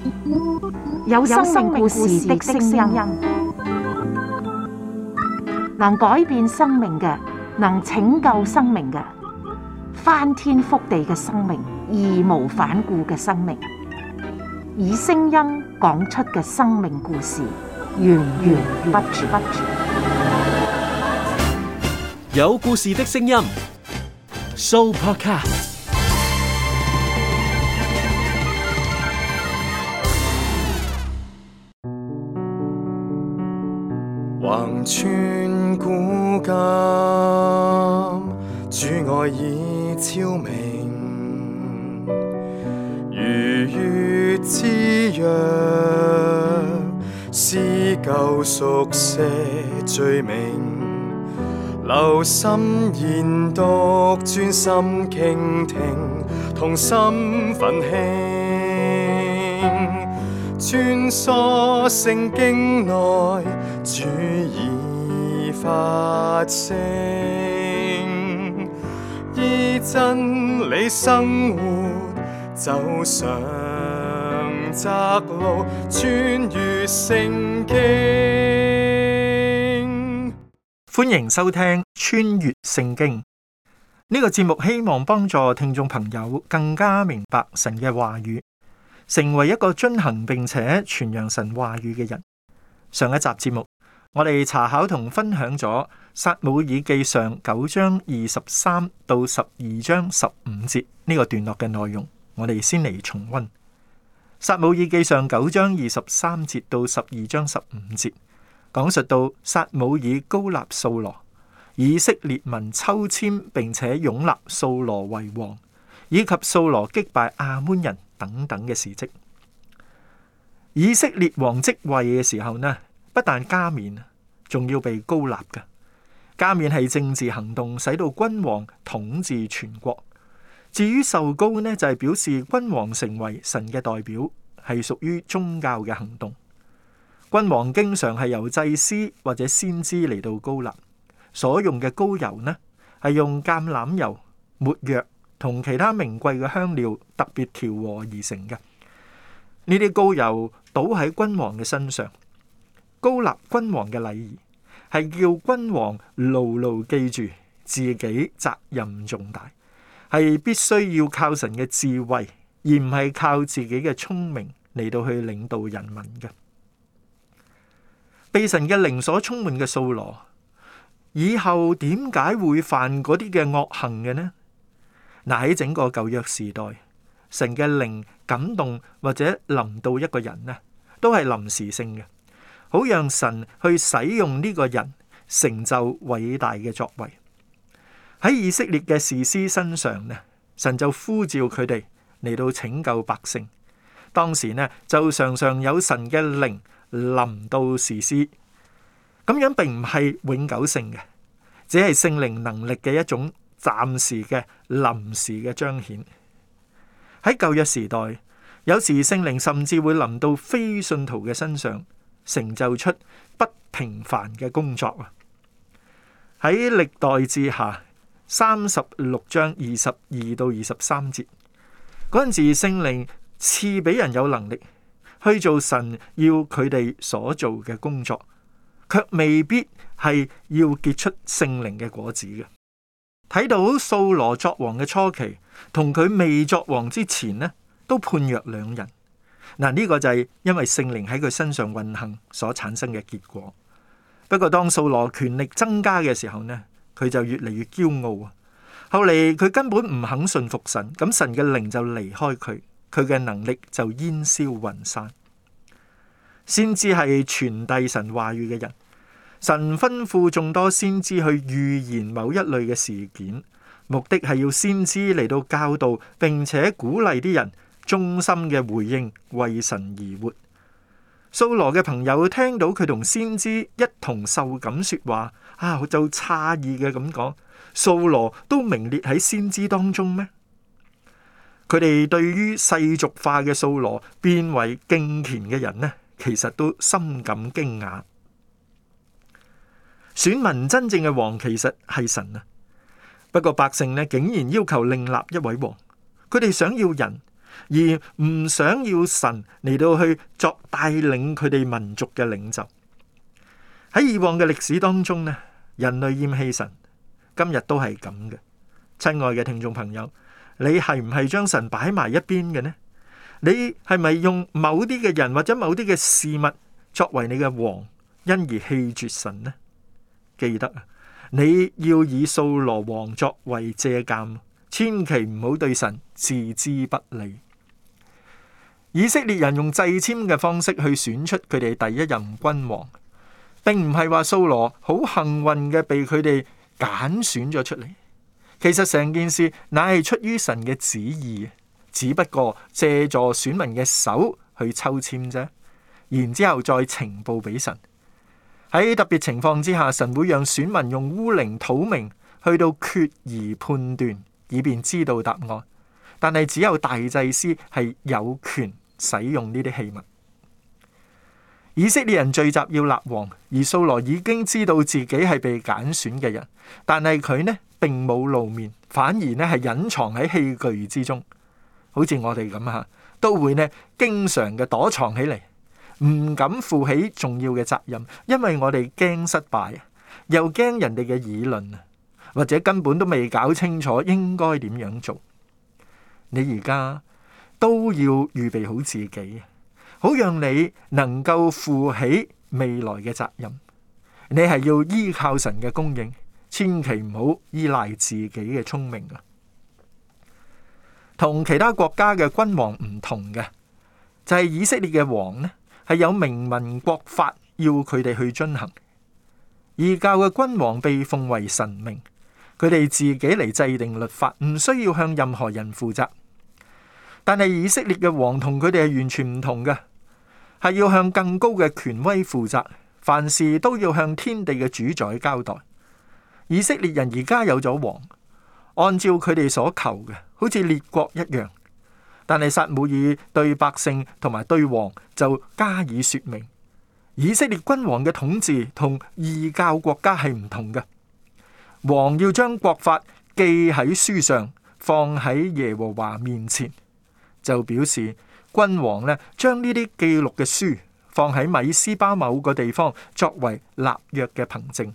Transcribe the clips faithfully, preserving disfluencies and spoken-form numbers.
有生命故事的聲音，能改變生命嘅，能拯救生命嘅，翻天覆地嘅生命，義無反顧嘅生命，以聲音講出嘅生命故事，源源不絕。 有故事的聲音 ，Sooopodcast。 橫穿古今，主愛已超明，如月之約，撕舊熟寫罪名，留心研讀，專心傾聽，同心奮興，穿梭聖經內，主已發聲，依真理生活，走上窄路，穿越聖經。 歡迎收聽《穿越聖經》呢個節目，希望幫助聽眾朋友更加明白神嘅話語，成為一個遵行並且傳揚神話語嘅人。上一集節目，我哋查考同分享咗撒母耳記上九章二十三到十二章十五節呢個段落嘅內容，我哋先嚟重溫。撒母耳記上九章二十三節到十二章十五節，講述到撒母耳膏立掃羅，以色列民抽籤並且擁立掃羅為王，以及掃羅擊敗亞捫人等等嘅事蹟。以色列王即位嘅時候呢，不但加冕，仲要被膏立嘅。加冕係政治行動，使到君王統治全國。至於受膏呢，就係表示君王成為神嘅代表，係屬於宗教嘅行動。君王經常係由祭司或者先知嚟到膏立，所用嘅膏油呢，係用橄欖油、沒藥同其他名貴嘅香料特別調和而成嘅。呢啲膏油倒喺君王嘅身上。膏立君王嘅禮儀係叫君王牢牢記住自己責任重大，係必須要靠神嘅智慧，而唔係靠自己嘅聰明嚟到去領導人民嘅。被神嘅靈所充滿嘅掃羅，以後點解會犯嗰啲嘅惡行嘅呢？嗱，喺整個舊約時代，神嘅靈感動或者臨到一個人呢，都係臨時性嘅，好讓神去使用呢個人成就偉大嘅作為。喺以色列嘅士師身上呢，神就呼召佢哋嚟到拯救百姓。當時呢，就常常有神嘅靈臨到士師，咁樣並唔係永久性嘅，只係聖靈能力嘅一種暫時嘅臨時嘅彰顯。喺舊約時代，有時聖靈甚至會臨到非信徒嘅身上，成就出不平凡嘅工作啊！喺歷代志下三十六章二十二到二十三節，嗰陣時聖靈賜俾人有能力去做神要佢哋所做嘅工作，卻未必係要結出聖靈嘅果子嘅。睇到掃羅作王嘅初期，同佢未作王之前呢，都判若兩人。嗱，呢個就係因為聖靈喺佢身上運行所產生嘅結果。不過當掃羅權力增加嘅時候呢，佢就越嚟越驕傲啊。後嚟佢根本唔肯信服神，咁神嘅靈就離開佢，佢嘅能力就煙消雲散。先知係傳遞神話語嘅人，神吩咐眾多先知去預言某一類嘅事件，目的係要先知嚟到教導，並且鼓勵啲人忠心嘅回應，為神而活。掃羅嘅朋友聽到佢同先知一同受感說話，啊，就詫異嘅咁講：掃羅都名列喺先知當中咩？佢哋對於世俗化嘅掃羅變為敬虔嘅人呢，其實都深感驚訝。選民真正嘅王其實係神啊，不過百姓呢竟然要求另立一位王，佢哋想要人， 而唔想要神嚟到去作帶領佢哋民族嘅領袖。喺以往嘅歷史當中呢，人類厭棄神，今日都係咁嘅。親愛嘅聽眾朋友，你係唔係將神擺埋一邊嘅呢？你係咪用某啲嘅人或者某啲嘅事物作為你嘅王，因而棄絕神呢？記得啊，你要以掃羅王作為借鑒，千祈唔好對神置之不理。以色列人用掣籤嘅方式去選出佢哋第一任君王，並唔係話掃羅好幸運嘅被佢哋揀選咗出嚟。其實成件事乃係出於神嘅旨意，只不過借助選民嘅手去抽籤啫，然之後再呈報俾神。喺特別情況之下，神會讓選民用烏靈土明去到決而判斷，以便知道答案。但係只有大祭司係有權使用呢啲器物。以色列人聚集要立王，而掃羅已經知道自己係被揀選嘅人，但係佢呢並冇露面，反而呢係隱藏喺器具之中，好似我哋咁吓，都會呢經常嘅躲藏起嚟，唔敢負起重要嘅責任，因為我哋驚失敗，又驚人哋嘅議論，或者根本都未搞清楚應該點樣做。你而家都要預備好自己，好讓你能夠負起未來嘅責任。你係要依靠神嘅供應，千祈唔好依賴自己嘅聰明啊！同其他國家嘅君王唔同嘅，就係以色列嘅王呢，係有明文國法要佢哋去遵行。異教嘅君王被奉為神明，佢哋自己嚟制定律法，唔需要向任何人負責。但係以色列嘅王同佢哋係完全唔同嘅，係要向更高嘅權威負責，凡事都要向天地嘅主宰交代。以色列人而家有咗王，按照佢哋所求嘅，好似列國一樣。但係撒母耳對百姓同埋對王就加以說明，以色列君王嘅統治同異教國家係唔同嘅。王要將國法記喺書上，放喺耶和華面前，就表示君王咧將呢啲記錄嘅書放喺米斯巴某個地方，作為立約嘅憑證。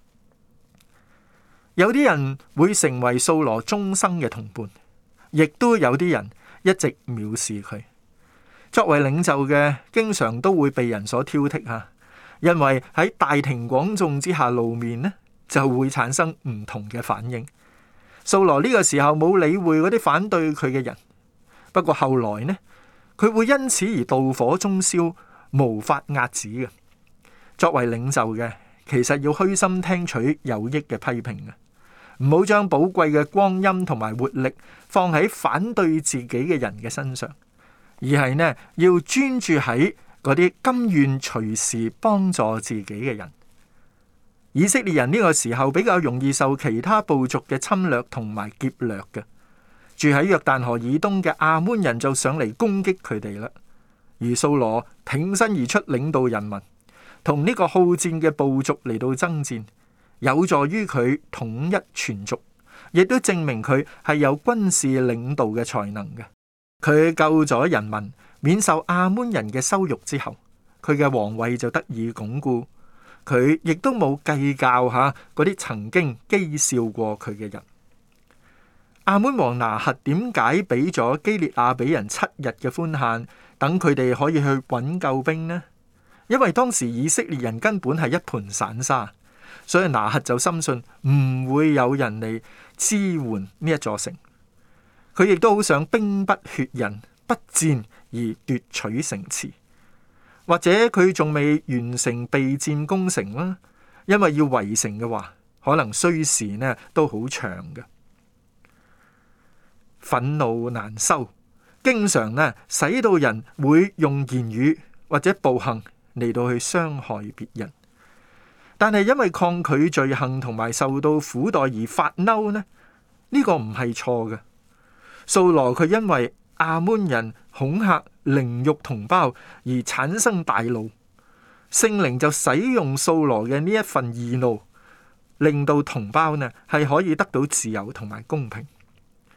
有啲人會成為掃羅終生嘅同伴，亦都有啲人一直藐視佢。作為領袖嘅，經常都會被人所挑剔啊，因為喺大庭廣眾之下露面呢，就會產生唔同嘅反應。掃羅呢個時候冇理會嗰啲反對佢嘅人，不過後來呢，佢會因此而妒火中燒，無法遏止嘅。作為領袖嘅，其實要虛心聽取有益嘅批評嘅，唔好將寶貴嘅光陰同埋活力放喺反對自己嘅人嘅身上，而係呢要專注喺嗰啲甘願隨時幫助自己嘅人。以色列人呢個時候比較容易受其他部族嘅侵略同埋劫掠嘅，住喺約旦河以東嘅亞捫人就上嚟攻擊佢哋啦。而掃羅挺身而出，領導人民同呢個好戰嘅部族嚟到爭戰，有助於佢統一全族，亦都證明佢係有軍事領導嘅才能嘅。佢救咗人民免受亞捫人嘅羞辱之後，佢嘅皇位就得以鞏固。佢亦都冇計較下嗰啲曾經譏笑過佢嘅人。亞捫王拿轄點解俾咗基列亞比人七日嘅寬限，等佢哋可以去揾救兵呢？因為當時以色列人根本係一盤散沙，所以拿轄就深信唔會有人嚟支援呢一座城。佢亦都好想兵不血刃，不戰而奪取城池。或者佢仲未完成備戰攻城啦，因為要圍城嘅話，可能需時呢都好長嘅。憤怒難收，經常呢使到人會用言語或者暴行嚟到去傷害別人。但係因為抗拒罪行同埋受到苦待而發嬲呢，呢個唔係錯嘅。掃羅佢因為亞捫人恐嚇凌辱同胞而產生大怒，聖靈就使用掃羅嘅呢一份義怒，令到同胞呢係可以得到自由同埋公平。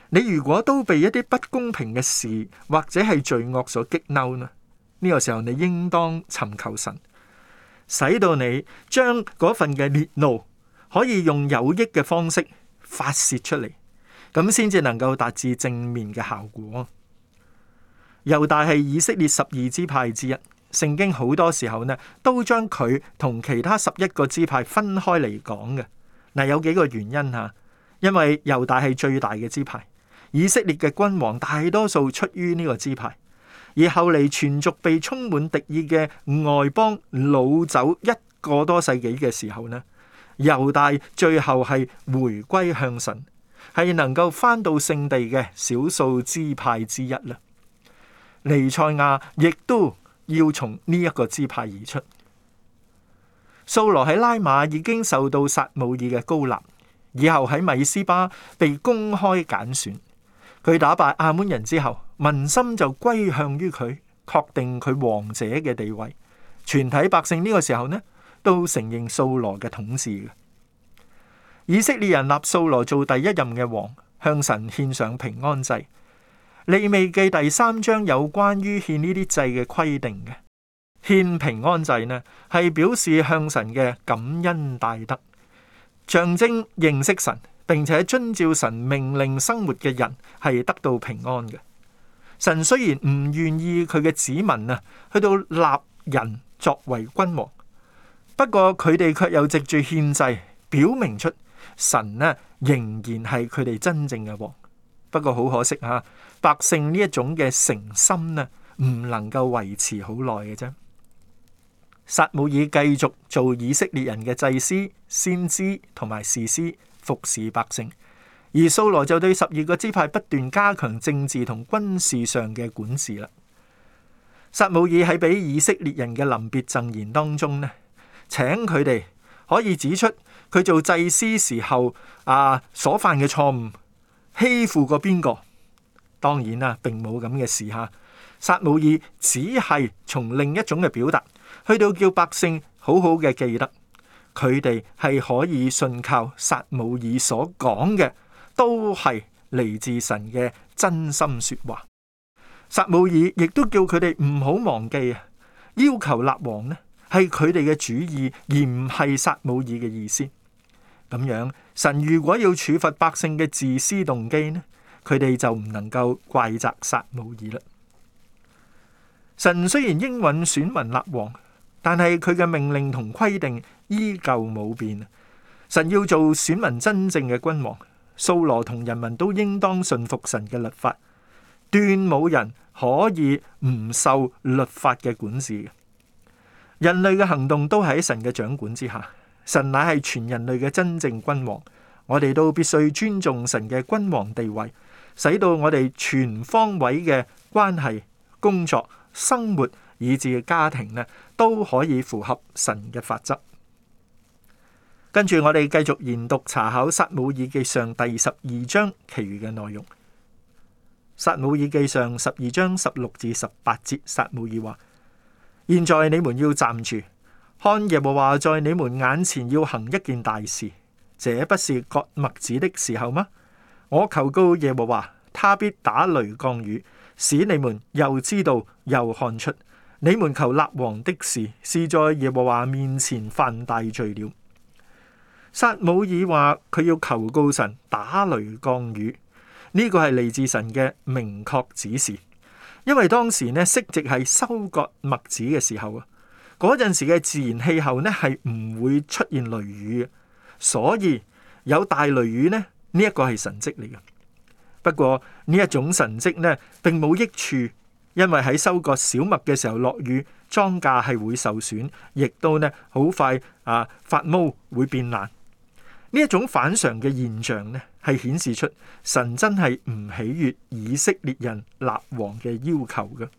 你如果都被一啲不公平嘅事或者係罪惡所激嬲呢，呢個時候你應當尋求神，使到你將嗰份嘅烈怒可以用有益嘅方式發洩出嚟，咁先至能夠達至正面嘅效果。猶大係以色列十二支派之一，聖經好多時候呢都將佢同其他十一個支派分開嚟講嘅。嗱，有幾個原因吓，因為猶大係最大嘅支派，以色列嘅君王大多數出於呢個支派，而後嚟全族被充滿敵意嘅外邦擄走一個多世紀嘅時候呢，猶大最後係回歸向神，係能夠返到聖地嘅少數支派之一啦。彌賽亞亦都要從呢一個支派而出。掃羅喺拉馬已經受到撒母耳嘅膏立，以後喺米斯巴被公開揀選。佢打敗亞捫人之後，民心就歸向於佢，確定佢王者嘅地位。全體百姓呢個時候呢，都承認掃羅嘅統治嘅。以色列人立掃羅做第一任嘅王，向神獻上平安祭。利未記第三章有關於獻呢啲祭嘅規定嘅。獻平安祭呢，係表示向神嘅感恩大德，象徵認識神並且遵照神命令生活嘅人係得到平安嘅。神雖然唔願意佢嘅子民啊去到立人作為君王，不過佢哋卻又藉住獻祭表明出神呢仍然係佢哋真正嘅王。不過好可惜啊，百姓呢一種嘅誠心呢唔能夠維持好耐嘅啫。撒母耳繼續做以色列人嘅祭司、先知同埋士師，服侍百姓，而掃羅就對十二個支派不斷加強政治同軍事上嘅管治啦。撒母耳喺俾以色列人嘅臨別贈言當中呢，請佢哋可以指出佢做祭司時候啊所犯嘅錯誤，欺負過邊個？當然啦，並冇咁嘅事吓。撒母耳只係從另一種嘅表達，去到叫百姓好好嘅記得，佢哋係可以信靠撒母耳所講嘅，都係嚟自神嘅真心說話。撒母耳亦都叫佢哋唔好忘記啊，要求立王呢係佢哋嘅主意，而唔係撒母耳嘅意思。咁樣，神如果要處罰百姓嘅自私動機呢，佢哋就唔能夠怪責撒母耳啦。神雖然應允選民立王，但係佢嘅命令同規定依舊冇變。神要做選民真正嘅君王，掃羅同人民都應當順服神嘅律法，斷冇人可以唔受律法嘅管治嘅。人類嘅行動都喺神嘅掌管之下，神乃係全人類嘅真正君王。我哋都必須尊重神嘅君王地位，使到我哋全方位嘅關係、工作、生活以至家庭呢，都可以符合神嘅法則。跟住我哋繼續研讀查考撒母耳記上第十二章其餘嘅內容。撒母耳記上十二章十六至十八節，撒母耳話：現在你們要站住，看耶和華在你們眼前要行一件大事，這不是割麥子的時候嗎？我求告耶和華，他必打雷降雨，使你們又知道又看出，你們求立王的事是在耶和華面前犯大罪了。撒母耳話佢要求告神打雷降雨，呢個係嚟自神嘅明確指示，因為當時呢適值係收割麥子嘅時候啊，嗰陣時嘅自然氣候呢係唔會出現雷雨嘅，所以有大雷雨呢，呢一個係神蹟嚟嘅。不過呢一種神蹟呢並冇益處，因為喺收割小麥嘅時候落雨，莊稼係會受損，亦都呢好快啊發毛會變爛。呢一種反常嘅現象呢，係顯示出神真係唔喜悅以色列人立王嘅要求嘅。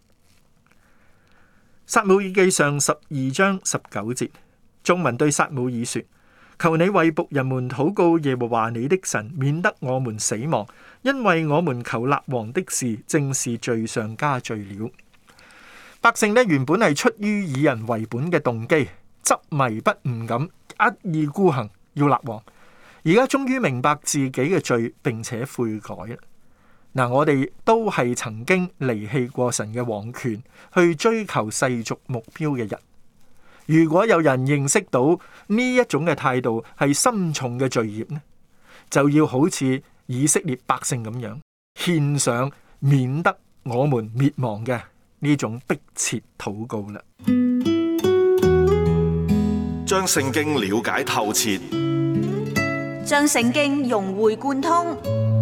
撒母耳記上十二章十九節，眾民對撒母耳說：求你為僕人們禱告耶和華你的神，免得我們死亡，因為我們求立王的事正是罪上加罪了。百姓呢原本係出於以人為本嘅動機，執迷不悟咁一意孤行要立王， 而家終於明白自己嘅罪，並且悔改啦。嗱，我哋都係曾經離棄過神嘅王權，去追求世俗目標嘅人。如果有人認識到呢一種嘅態度係深重嘅罪孽呢，就要好似以色列百姓咁樣獻上免得我們滅亡嘅呢種迫切禱告啦。 將聖經了解透徹， 將聖經融會貫通。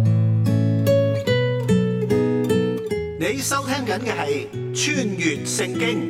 你收聽緊嘅係《穿越聖經》。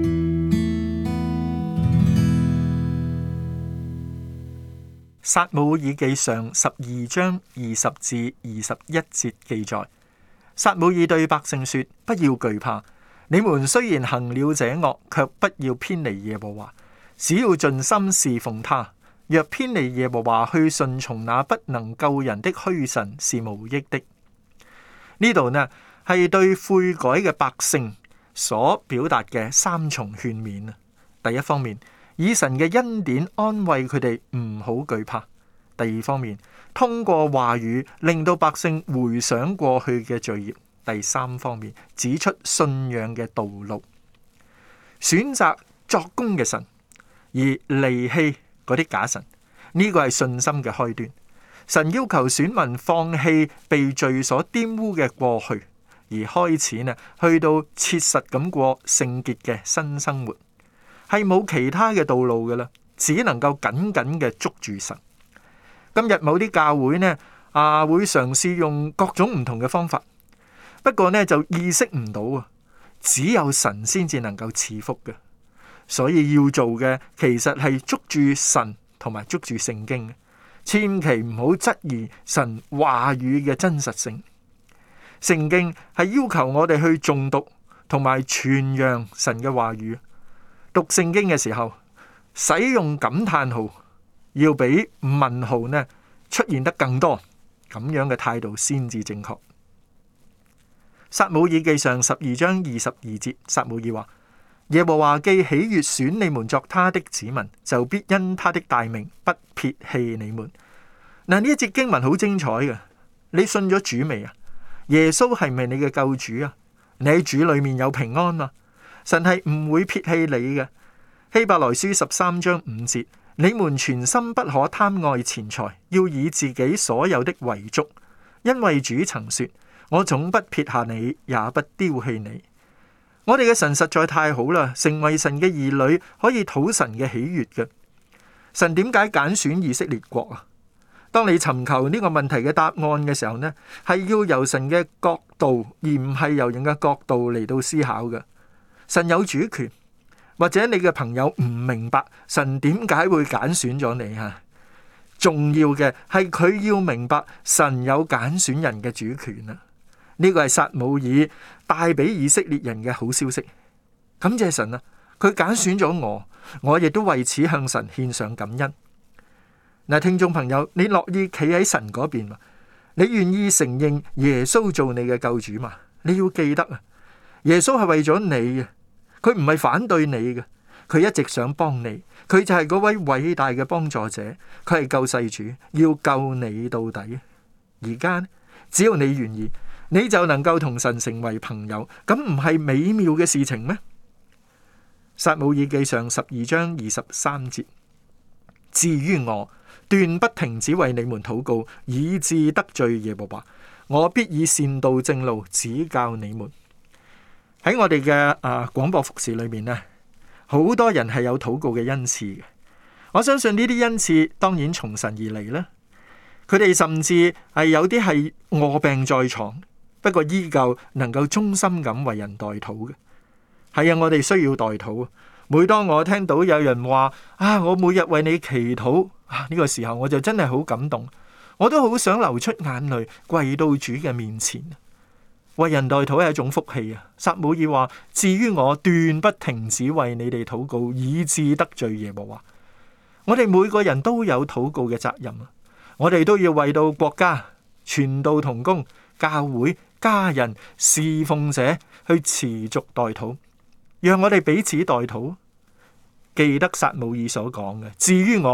撒母耳記上十二章二十至二十一節記載，撒母耳對百姓說：不要懼怕，你們雖然行了這惡，卻不要偏離耶和華，只要盡心侍奉他。若偏離耶和華，去順從那不能救人的虛神，是無益的。呢度呢係對悔改嘅百姓所表達嘅三重勸勉啊。第一方面，以神嘅恩典安慰佢哋唔好懼怕；第二方面，通過話語令到百姓回想過去嘅罪孽；第三方面，指出信仰嘅道路，選擇作工嘅神，而離棄嗰啲假神。呢個係信心嘅開端。神要求選民放棄被罪所玷污嘅過去，而開始呢去到切實咁過聖潔嘅新生活，係冇其他嘅道路噶啦，只能夠緊緊嘅捉住神。今日某啲教會呢啊會嘗試用各種唔同嘅方法，不過呢就意識唔到啊，只有神先至能夠賜福嘅，所以要做嘅其實係捉住神同埋捉住聖經，千祈唔好質疑神話語嘅真實性。聖經係要求我哋去誦讀同埋傳揚神嘅話語。讀聖經嘅時候，使用感嘆號要比問號呢出現得更多，咁樣嘅態度先至正確。撒母耳記上十二章二十二節，撒母耳話：耶和華既喜悅選你們作他的子民，就必因他的大名不撇棄你們。嗱，呢一節經文好精彩嘅，你信咗主未啊？耶穌係咪你嘅救主啊？你喺主裏面有平安嘛？神係唔會撇棄你嘅。希伯來書十三章五節，你們全心不可貪愛錢財，要以自己所有的為足，因為主曾說：我總不撇下你，也不丟棄你。我哋嘅神實在太好啦，成為神嘅兒女可以討神嘅喜悅嘅。神點解揀選以色列國啊？當你尋求呢個問題嘅答案嘅時候呢，係要由神嘅角度，而唔係由人嘅角度嚟到思考嘅。神有主權，或者你嘅朋友唔明白神點解會揀選咗你啊？重要嘅係佢要明白神有揀選人嘅主權啊！呢個係撒母耳帶俾以色列人嘅好消息。感謝神啊！佢揀選咗我，我亦都為此向神獻上感恩。嗱，聽眾朋友，你樂意企喺神嗰邊嘛？你願意承認耶穌做你嘅救主嘛？你要記得啊，耶穌係為咗你嘅，佢唔係反對你嘅，佢一直想幫你，佢就係嗰位偉大嘅幫助者，佢係救世主，要救你到底。而家只要你願意，你就能夠同神成為朋友，咁唔係美妙嘅事情咩？撒母耳記上十二章二十三節，至於我，斷不停止為你們禱告，以致得罪耶和華。我必以善道正路指教你們。喺我哋嘅啊廣播服侍裏面呢，好多人係有禱告嘅恩賜嘅。我相信呢啲恩賜當然從神而嚟啦。佢哋甚至係有啲係臥病在床，不過依舊能夠忠心咁為人代禱嘅。係啊，我哋需要代禱。每當我聽到有人話啊，我每日為你祈禱啊，呢個時候我就真係好感動，我都好想流出眼淚，跪到主嘅面前。為人代禱係一種福氣啊！撒母耳話：至於我，斷不停止為你哋禱告，以致得罪耶和華。我哋每個人都有禱告嘅責任啊！我哋都要為到國家、傳道同工、教會、家人、侍奉者去持續代禱。讓我哋彼此代禱，記得撒母耳所講嘅，至於我，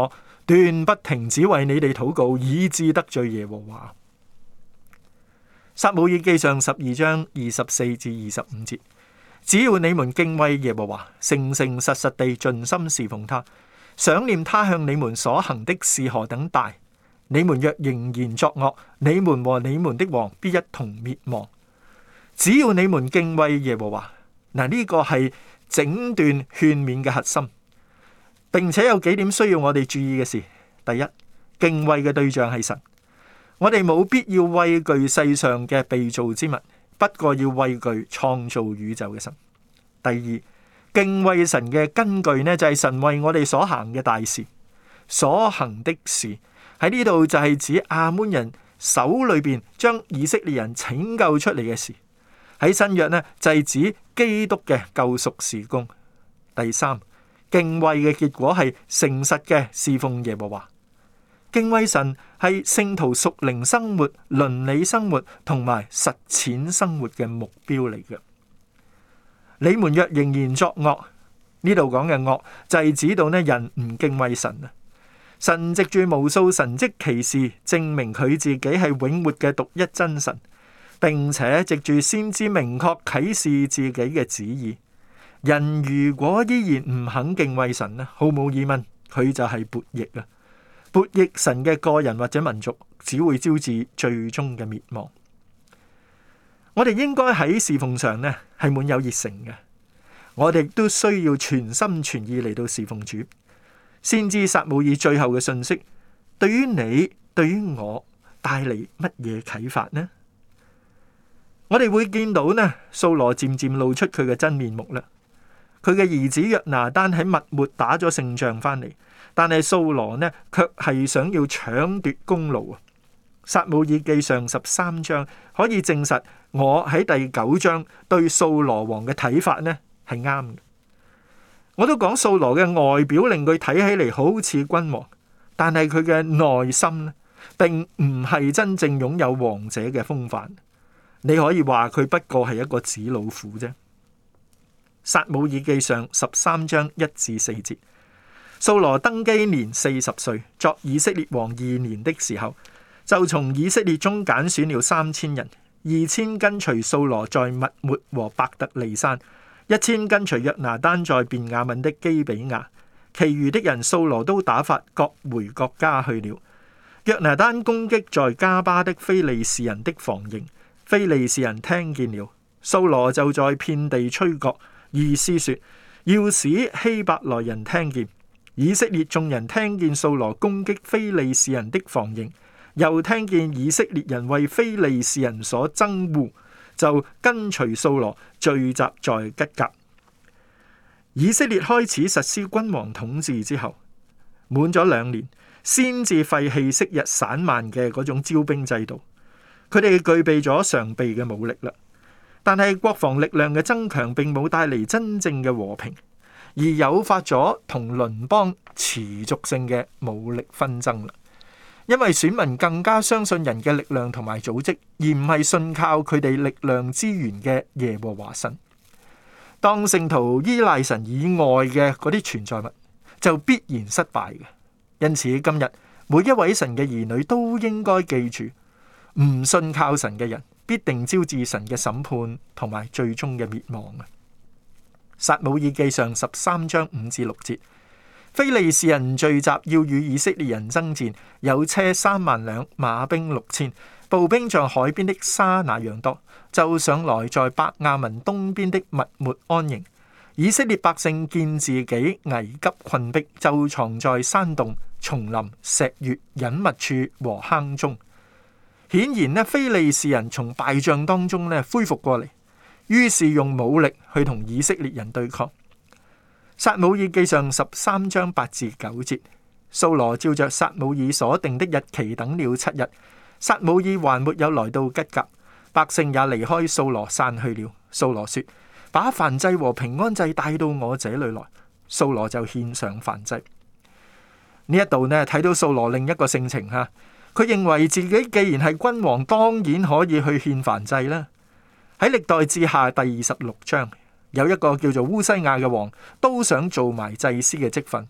斷不停止為你哋禱告，以致得罪耶和華。撒母耳記上十二章二十四至二十五節，只要你們敬畏耶和華，誠誠實實地盡心侍奉他，想念他向你們所行的是何等大，你們若仍然作惡，你們和你們的王必一同滅亡。只要你們敬畏耶和華，嗱，呢個係整段勸勉嘅核心，並且有幾點需要我哋注意嘅事。第一，敬畏嘅對象係神，我哋冇必要畏懼世上嘅被造之物，不過要畏懼創造宇宙嘅神。第二，敬畏神嘅根據呢，就係神為我哋所行嘅大事，所行的事喺呢度就係指亞捫人手裏邊將以色列人拯救出嚟嘅事。喺新約呢，就係指基督嘅救贖事工。第三，敬畏嘅結果係誠實嘅侍奉耶和華。敬畏神係聖徒屬靈生活、倫理生活同埋實踐生活嘅目標嚟嘅。你們若仍然作惡，呢度講嘅惡就係指到呢人唔敬畏神啊。神藉住無數神蹟奇事證明佢自己係永活嘅獨一真神，並且藉住先知明確啟示自己嘅旨意。人如果依然唔肯敬畏神呢，毫無疑問佢就係悖逆啊！悖逆神嘅個人或者民族，只會招致最終嘅滅亡。我哋應該喺侍奉上呢係滿有熱誠嘅，我哋都需要全心全意嚟到侍奉主。先知撒母耳最後嘅信息，對於你、對於我帶嚟乜嘢啟發呢？我哋會見到呢，掃羅漸漸露出佢嘅真面目啦。佢嘅兒子約拿單喺密抹打咗勝仗翻嚟，但係掃羅呢，卻係想要搶奪功勞啊！撒母耳記上十三章可以證實我喺第九章對掃羅王嘅睇法呢係啱嘅。我都講掃羅嘅外表令佢睇起嚟好似君王，但係佢嘅內心呢，並唔係真正擁有王者嘅風範。你可以話佢不過係一個紙老虎啫。撒母耳記上十三章一至四節，掃羅登基年四十歲，作以色列王二年的時候，就從以色列中揀選了三千人，二千跟隨掃羅在密抹和伯特利山，一千跟隨約拿單在便雅憫的基比亞，其餘的人掃羅都打發各回各家去了。約拿單攻擊在加巴的非利士人的防營，非利士人聽見了，掃羅就在遍地吹角，意思說要使希伯來人聽見。以色列眾人聽見掃羅攻擊非利士人的防營，又聽見以色列人為非利士人所憎惡，就跟隨掃羅聚集在吉甲。以色列開始實施君王統治之後，滿咗兩年，先至廢棄昔日散漫嘅嗰種招兵制度。佢哋具備咗常備嘅武力啦，但係國防力量嘅增強並冇帶嚟真正嘅和平，而誘發咗同鄰邦持續性嘅武力紛爭啦。因為選民更加相信人嘅力量同埋組織，而唔係信靠佢哋力量資源嘅耶和華神。當聖徒依賴神以外嘅嗰啲存在物，就必然失敗嘅。因此今日每一位神嘅兒女都應該記住，唔信靠神嘅人必定招致神嘅審判同埋最終嘅滅亡啊！撒母耳記上十三章五至六節，非利士人聚集要與以色列人爭戰，有車三萬輛，馬兵六千，步兵像海邊的沙那樣多，就上來在伯亞文東邊的密抹安營。以色列百姓見自己危急困迫，就藏在山洞、叢林、石穴、隱密處和坑中。顯然呢，非利士人從敗仗當中呢恢復過嚟，於是用武力去同以色列人對抗。撒母耳記上十三章八至九節，掃羅照着撒母耳所定的日期等了七日，撒母耳還沒有來到吉甲，百姓也離開掃羅散去了。掃羅說：把燔祭和平安祭帶到我這裏來。掃羅就獻上燔祭。呢一度呢睇到掃羅另一個性情吓。佢認為自己既然係君王，當然可以去獻燔祭啦。喺歷代志下第二十六章，有一個叫做烏西亞嘅王，都想做埋祭司嘅職分，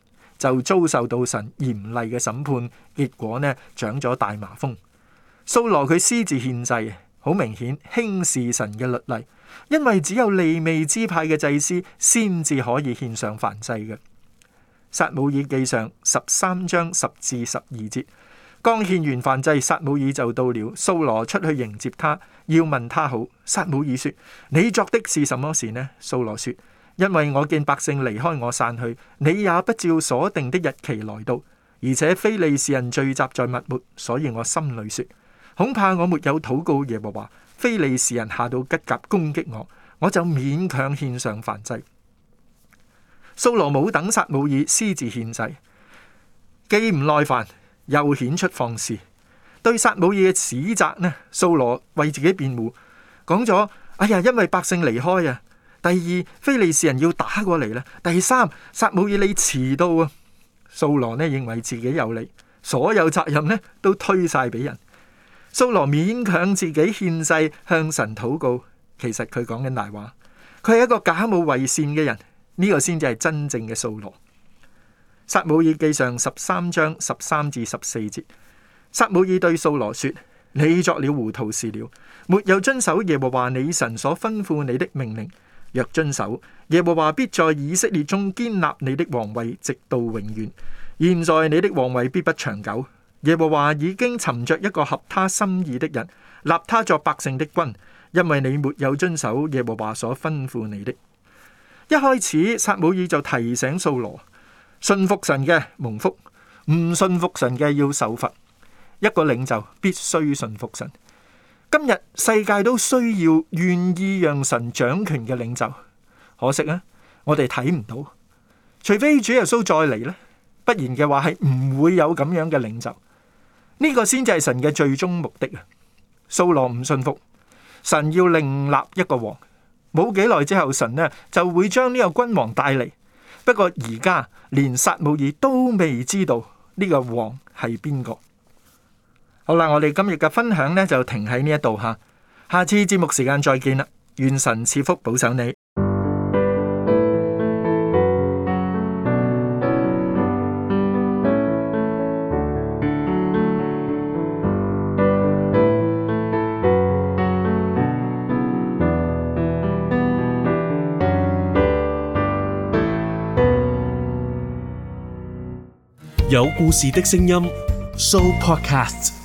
就遭受到神嚴厲嘅審判，結果呢長咗大麻風。掃羅佢私自獻祭，好明顯輕視神嘅律例，因為只有利未支派嘅祭司先至可以獻上燔祭嘅。撒母耳記上十三章十至十二節，剛獻完燔祭，撒母耳就到了，掃羅出去迎接他，要問他好。撒母耳說：你作的是什麼事呢？掃羅說：因為我見百姓離開我散去，你也不照所定的日期來到，而且非利士人聚集在密抹，所以我心裏說：恐怕我沒有禱告耶和華，非利士人下到吉甲攻擊我，我就勉強獻上燔祭。掃羅冇等撒母耳私自獻祭，既唔耐煩，又顯出放肆。對撒母耳嘅指責呢，掃羅為自己辯護，講咗：哎呀，因為百姓離開啊。第二，非利士人要打過嚟啦。第三，撒母耳你遲到啊。掃羅呢認為自己有理，所有責任呢都推晒俾人。掃羅勉強自己獻祭向神禱告，其實佢講緊大話，佢係一個假冒為善嘅人。呢個先至係真正嘅掃羅。撒母耳記上十三章十三至十四節，撒母耳對掃羅說：你作了糊塗事了，沒有遵守耶和華你神所吩咐你的命令。若遵守，耶和華必在以色列中堅立你的王位，直到永遠。現在你的王位必不長久。耶和華已經尋着一個合他心意的人，立他作百姓的君，因為你沒有遵守耶和華所吩咐你的。一開始撒母耳就提醒掃羅，信服神嘅蒙福，唔信服神嘅要受罰。一個領袖必須信服神。今日世界都需要願意讓神掌權嘅領袖，可惜啊，我哋睇唔到。除非主耶穌再嚟咧，不然嘅話係唔會有咁樣嘅領袖。呢個先至係神嘅最終目的啊！掃羅唔信服，神要另立一個王。冇幾耐之後，神呢就會將呢個君王帶嚟。不過而家連撒母耳都未知道呢個王係邊個。好啦，我哋今日嘅分享呢就停喺呢一度吓，下次節目時間再見啦，願神賜福保守你。 有故事的聲音 Show Podcast。